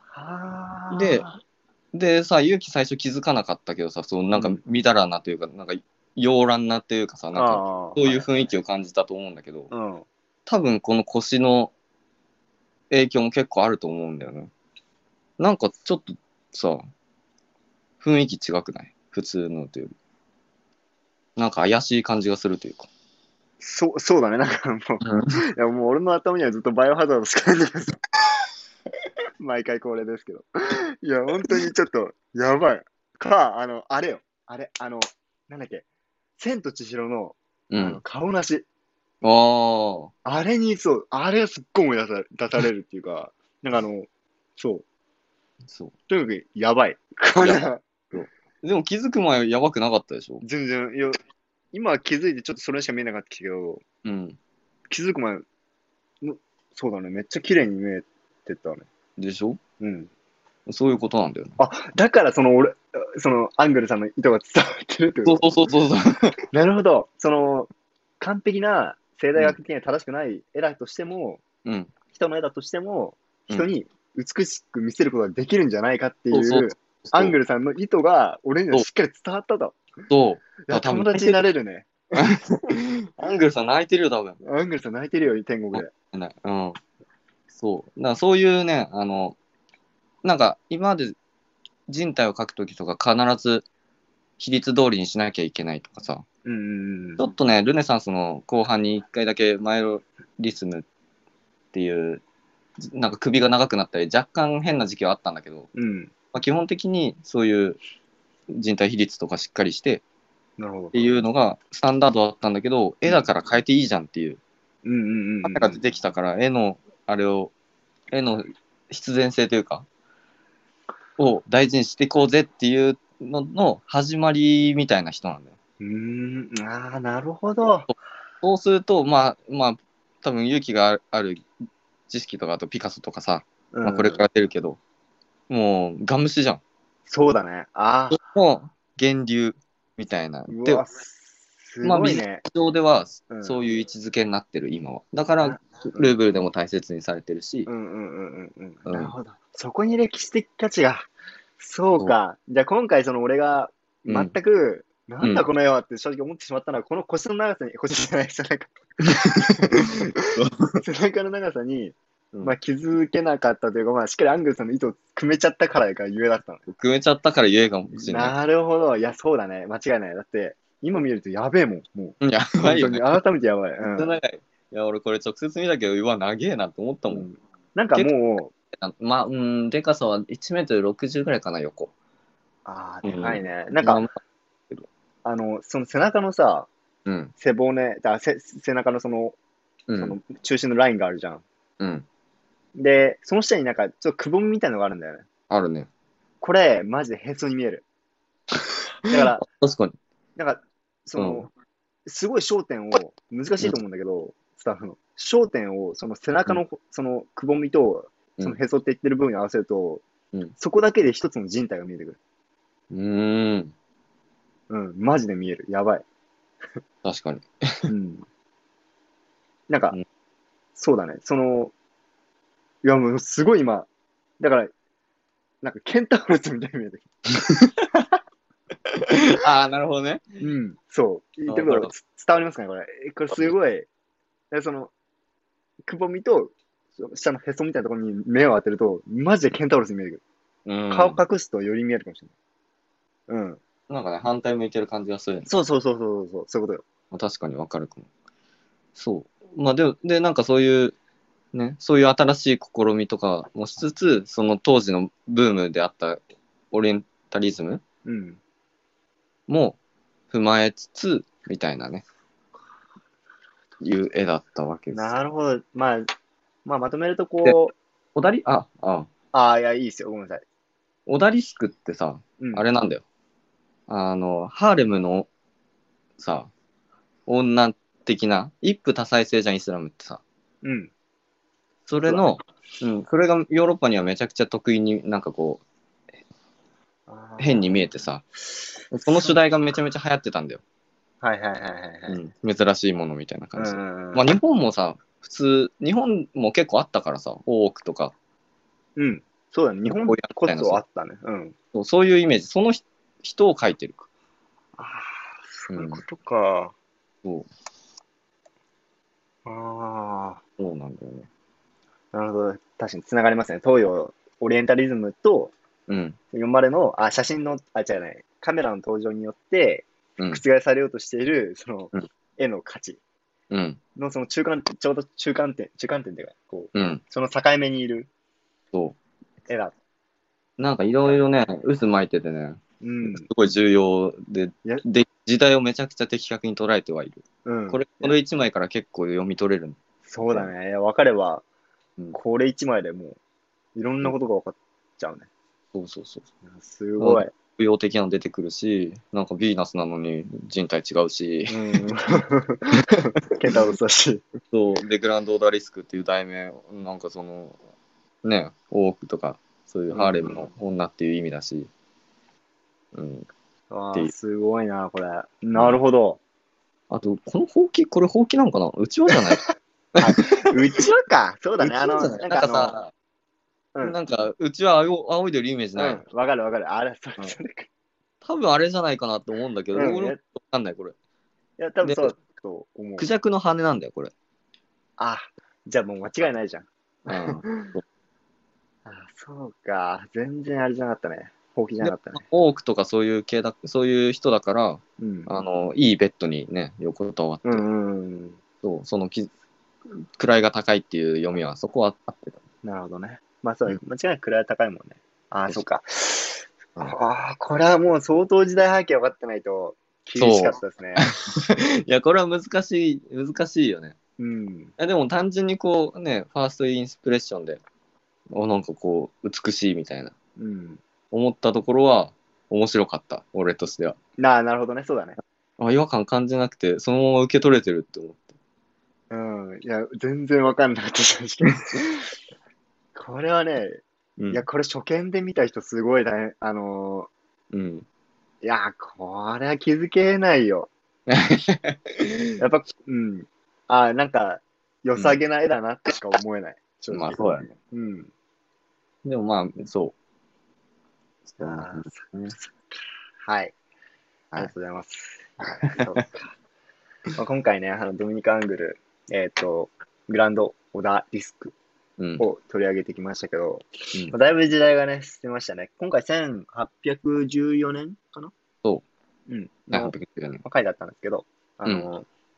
でさ、勇気最初気づかなかったけどさ、なんかみだらなというか、なんか洋乱なというかさ、なんかそういう雰囲気を感じたと思うんだけど、多分この腰の影響も結構あると思うんだよね。なんかちょっとさ、雰囲気違くない？普通のというより。なんか怪しい感じがするというか。 そうだね。なんかもう、いやもう俺の頭にはずっとバイオハザードしかないんだけど、毎回恒例ですけど。いや、本当にちょっと、やばい。あれよ。なんだっけ。千と千尋の、顔なし。あれに、あれがすっごい思い出されるっていうか、なんかそう。とにかく、やばい。 でも気づく前やばくなかったでしょ？ 全然、いや、今気づいてちょっとそれしか見えなかったけど、気づく前、そうだね、めっちゃ綺麗に見えてたね。 でしょ？そういうことなんだよね。 だからアングルさんの意図が伝わってるってこと？そう。 なるほど。完璧な生態学的には正しくない絵だとしても、人の絵だとしても、人に美しく見せることができるんじゃないかっていう、アングルさんの意図が俺にはしっかり伝わったと。友達になれるね。 アングルさん泣いてるよ、多分。 アングルさん泣いてるよ、天国で。 そう。だからそういうね、なんか今まで人体を描くときとか必ず比率通りにしなきゃいけないとかさ、ちょっとね、ルネサンスの後半に1回だけマイロリスムっていう、なんか首が長くなったり、若干変な時期はあったんだけど、基本的にそういう人体比率とかしっかりして、っていうのがスタンダードだったんだけど、絵だから変えていいじゃんっていう。カメラ出てきたから絵の必然性というか、を大事にしていこうぜっていうのの始まりみたいな人なんだよ。 ああ、なるほど。 そうすると、まあ、多分勇気がある知識とか、あとピカソとかさ、まあ、これから出るけど、もう、ガムシじゃん。 そうだね。ああ。 もう、源流みたいな。で、 うわ、すまあ、ビごいね。 ジネス上では、 うんそういう位置づけになってる、今は。だから、ルーブルでも大切にされてるし、 なるほど。そこに歴史的価値が。そうか。じゃあ今回俺が全く、なんだこの絵はって正直思ってしまったのは、この腰の長さに、腰じゃない、背中。背中の長さに、まあ気づけなかったというか、まあしっかりアングルさんの意図を組めちゃったからがゆえだったの。 組めちゃったからゆえかもしれない。 なるほど。いや、そうだね。間違いない。だって、今見るとやべえもん。もう。やばいよね。 改めてやばい。 長い。いや、俺これ直接見たけど、うわ、長えなって思ったもん。 なんかもう、まあ、でかさは1メートル60ぐらいかな、横。 ああ、でかいね。なんか、その背中のさ、背骨、背中のその中心のラインがあるじゃん。で、その下になんか、ちょっとくぼみみたいなのがあるんだよね。 あるね。 これ、マジでへそに見える。だから、 確かに。 なんか、すごい焦点を、難しいと思うんだけど、スタッフの。焦点を、その背中の、そのくぼみと、そのへそって言ってる部分に合わせると、そこだけで一つの人体が見えてくる。マジで見える。やばい。 確かに。 なんか、そうだね。いやもうすごい今、だから、なんかケンタウロスみたいに見えてきた。ああ、なるほどね。 そう。言ってること伝わりますかね、これ。これすごい、くぼみと、下のへそみたいなところに目を当てると、マジでケンタウロスに見えてくる。顔隠すとより見えるかもしれない。 なんかね、反対向いてる感じがする。 そういうことよ。 確かにわかるかも。そう。まあで、なんかそういう、ね、そういう新しい試みとかもしつつ、その当時のブームであったオリエンタリズムも踏まえつつ、みたいなね、いう絵だったわけです。 なるほど。まとめるとこう、 オダリいや、いいですよ。ごめんなさい。 オダリスクってさ、あれなんだよ。ハーレムのさ、女的な、一夫多妻制じゃん、イスラムってさ。それの、それがヨーロッパにはめちゃくちゃ得意になんかこう、変に見えてさ、その主題がめちゃめちゃ流行ってたんだよ。珍しいものみたいな感じで。まあ日本もさ、普通、日本も結構あったからさ、大奥とか。 そうだね。日本こそあったね。 そういうイメージ。その人を描いてる。 そういうことか。 そう。そうなんだよね。 なるほど。確かに繋がりますね。東洋オリエンタリズムと、読まれの、写真の、違うね、カメラの登場によって、覆されようとしている、その、絵の価値の、そのちょうど中間点っていうか、こう、その境目にいる絵だ。 なんかいろいろね、渦巻いててね、すごい重要で、時代をめちゃくちゃ的確に捉えてはいる。この一枚から結構読み取れる。 そうだね。分かれば、これ一枚でもう、いろんなことが分かっちゃうね。 そう。 すごい。 不要的なの出てくるし、なんかヴィーナスなのに人体違うし。 ケンタウロスだし。 そう、で、グランドオーダーリスクっていう題名、なんかその、ね、オークとか、そういうハーレムの女っていう意味だし。 すごいな、これ。なるほど。 あと、これほうきなのかな、うちわじゃないうちわか。そうだね。 なんかさ、なんか、うちわ仰いでるイメージない。 わかる。あれ、それか。 多分あれじゃないかなと思うんだけど、俺わかんない、これ。 いや、多分そうと思う。 クジャクの羽なんだよ、これ。 じゃあもう間違いないじゃん。そうか。全然あれじゃなかったね。ほうきじゃなかったね。 オークとかそういう系そういう人だから、いいベッドにね、横たわって、その位が高いっていう読みはそこはあってた。 なるほどね。まあそう、間違いなく位が高いもんね。そうか。これはもう相当時代背景分かってないと厳しかったですね。 いや、これは難しいよね。でも単純にこうね、ファーストインスプレッションでなんかこう、美しいみたいな、 うん。 思ったところは、面白かった、俺としては。 なるほどね。そうだね。 違和感感じなくて、そのまま受け取れてるって思って。 うん。いや、全然わかんなかった、正直。これはね、いや、 うん。 これ初見で見た人すごいね。 うん。 いや、これは気づけないよ。やっぱ、うん。なんか、良うん。 さげな絵だなってしか思えない。正まあ、 直。 そうやね。 うん。 でもまあ、そう。そんなあ感じですね。 ーはい。ありはい。 がとうございます。いや、そうか。まあ、今回ね、ドミニカ・アングル、グランド・オダ・リスクうん。 を取り上げてきましたけど、 うん。 まあ、だいぶ時代がね、進みましたね。今回1814年かなそうん。 う。 の、 894年。 回だったんですけど、 うん。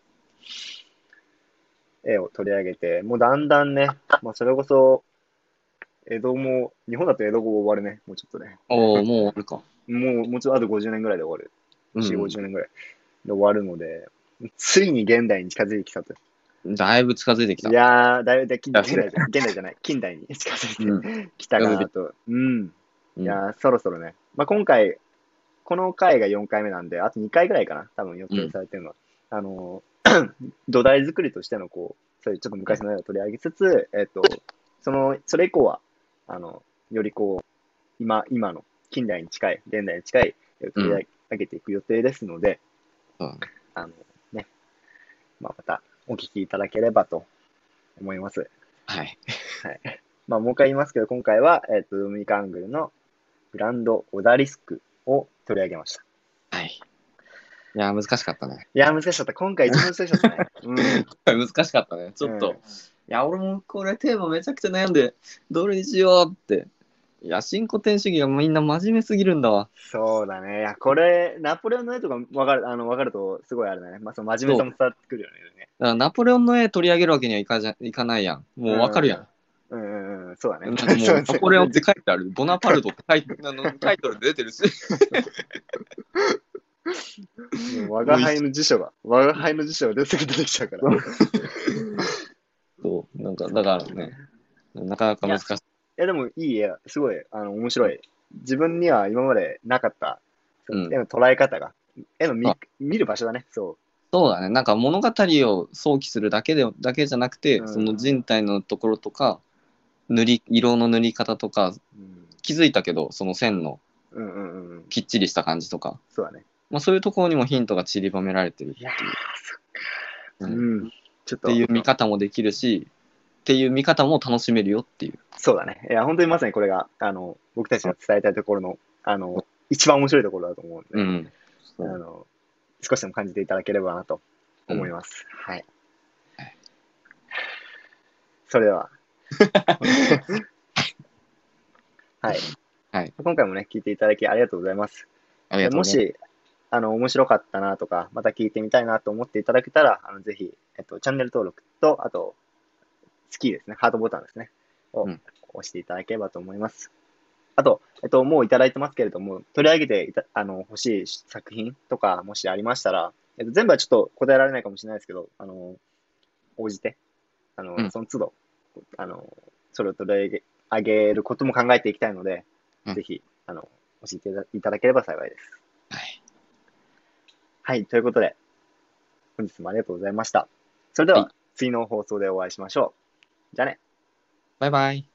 絵を取り上げて、もうだんだんね、まあ、それこそ、日本だと江戸後終わるね、もうちょっとね。 おお、もう終わるか。 もうちょっとあと50年ぐらいで終わる。4、 うん。 50年ぐらいで終わるので、ついに現代に近づいてきたと。 だいぶ近づいてきいた。 やー、だいぶやして。 現代じゃない、近代に近づうん。 いてきた近づいてきた。 かなと。うん。 うん。 いやー、そろそろね。まあ、今回、この回が4回目なんで、あと2回ぐらいかな、多分予定うん。 されてるのは。土台作りとしての、そういうちょっと昔の絵を取り上げつつ、それ以降は、より今の近代に近い、現代に近い絵を取りうん。 上げていく予定ですので、 そうだね。 あの、ね、まあ、またお聞きいただければと思います。 はい。 はい。まあ、もう一回言いますけど、今回は、ドミニカングルのグランドオダリスクを取り上げました。 はい。いや、難しかったね。 いや、難しかった。今回一番難しかったね。うん。 難しかったね。ちょっと。 うん。 いや、俺もこれテーマめちゃくちゃ悩んで、どれにしようって。いや、新古典主義がみんな真面目すぎるんだわ。 そうだね。いや、これ、ナポレオンの絵とかわかると、すごいあるね。まあ、その真面目そう。 さも伝わってくるよね。 だからナポレオンの絵取り上げるわけにいかないやん。 うもうわかるやん。 ん。 そうだね。 なんかもう、 そうですね。 ナポレオンって書いてある。ボナパルトってタイトルで出てるし。 もうもう一我が輩の辞書が出てきちゃうから。 そう、なんか、だからね、なかなかいや、 難しい。 でもいい絵、すごい、面白い。自分には今までなかった、そうん。 の絵の捉え方が、 あ、 見る場所だね。そそうだね。なんか物語を想起するだけじゃなくう。 て、そのうん。 人体のところとか、色の塗り方とか、 うん。 気づいたけど、その線のうん。 きっちりした感じとか、 そうだね。 まあそういうところにもヒントが散りばめられてるいやー、 っていう。 そっか。 うん。っうん。ちょっと、 ていう見方もできるし、っていう見方も楽しめるよっていう。 そうだね。いや、本当にまさにこれが、僕たちが伝えたいところの、一番面白いところだと思うんで、 うん。そう。 あの、少しでも感じていただければなとうん。 思います。はい。それでは、はい。 はい。 今回もね、聞いていただきありがとうございます。で、 ありがとうございます。 もし、面白かったなとか、また聞いてみたいなと思っていただけたら、ぜひ、チャンネル登録と、あと、好きですね、ハートボタンですね、をうん。 押していただければと思います。あと、もういただいてますけれども、取り上げて欲しい作品とか、もしありましたら、全部はちょっと答えられないかもしれないですけど、応じて、 うん。 その都度、あの、それを取り上げることも考えていきたいので、 うん。 ぜひ、教えていただければ幸いです。 はい。 はい、ということで、本日もありがとうございました。それでは、 はい。 次の放送でお会いしましょう。じゃあね。 バイバイ。